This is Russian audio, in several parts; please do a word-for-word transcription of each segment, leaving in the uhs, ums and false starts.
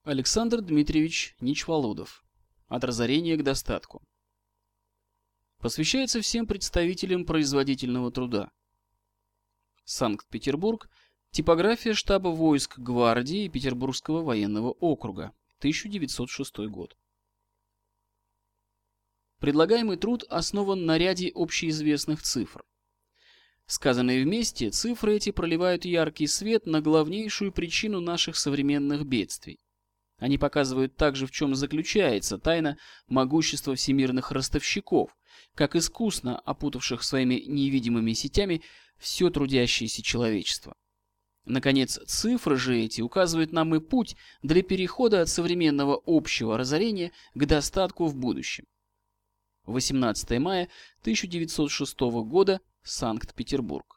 Александр Дмитриевич Ничволодов. От разорения к достатку. Посвящается всем представителям производительного труда. Санкт-Петербург. Типография штаба войск гвардии Петербургского военного округа. тысяча девятьсот шестой год. Предлагаемый труд основан на ряде общеизвестных цифр. Сказанные вместе, цифры эти проливают яркий свет на главнейшую причину наших современных бедствий. Они показывают также, в чем заключается тайна могущества всемирных ростовщиков, как искусно опутавших своими невидимыми сетями все трудящееся человечество. Наконец, цифры же эти указывают нам и путь для перехода от современного общего разорения к достатку в будущем. восемнадцатое мая тысяча девятьсот шестого года, Санкт-Петербург.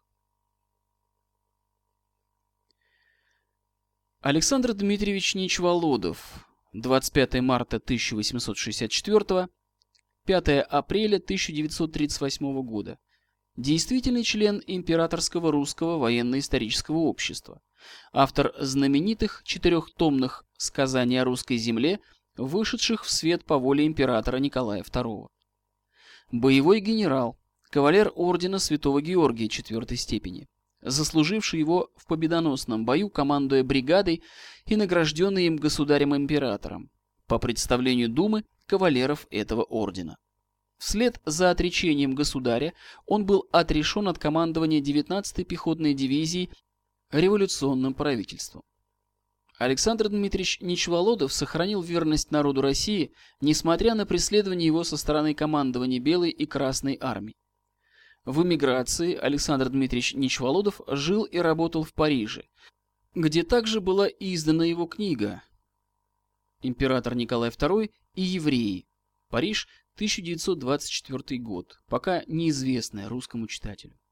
Александр Дмитриевич Ничволодов. двадцать пятое марта тысяча восемьсот шестьдесят четвёртого, пятое апреля тысяча девятьсот тридцать восьмого года. Действительный член Императорского русского военно-исторического общества. Автор знаменитых четырехтомных сказаний о русской земле, вышедших в свет по воле императора Николая второго. Боевой генерал, кавалер ордена Святого Георгия четвертой степени, заслуживший его в победоносном бою, командуя бригадой и награжденный им государем-императором, по представлению Думы кавалеров этого ордена. Вслед за отречением государя он был отрешен от командования девятнадцатой пехотной дивизии революционным правительством. Александр Дмитриевич Ничволодов сохранил верность народу России, несмотря на преследование его со стороны командования Белой и Красной армий. В эмиграции Александр Дмитриевич Ничволодов жил и работал в Париже, где также была издана его книга «Император Николай второй и евреи. Париж, тысяча девятьсот двадцать четвёртый год», пока неизвестная русскому читателю.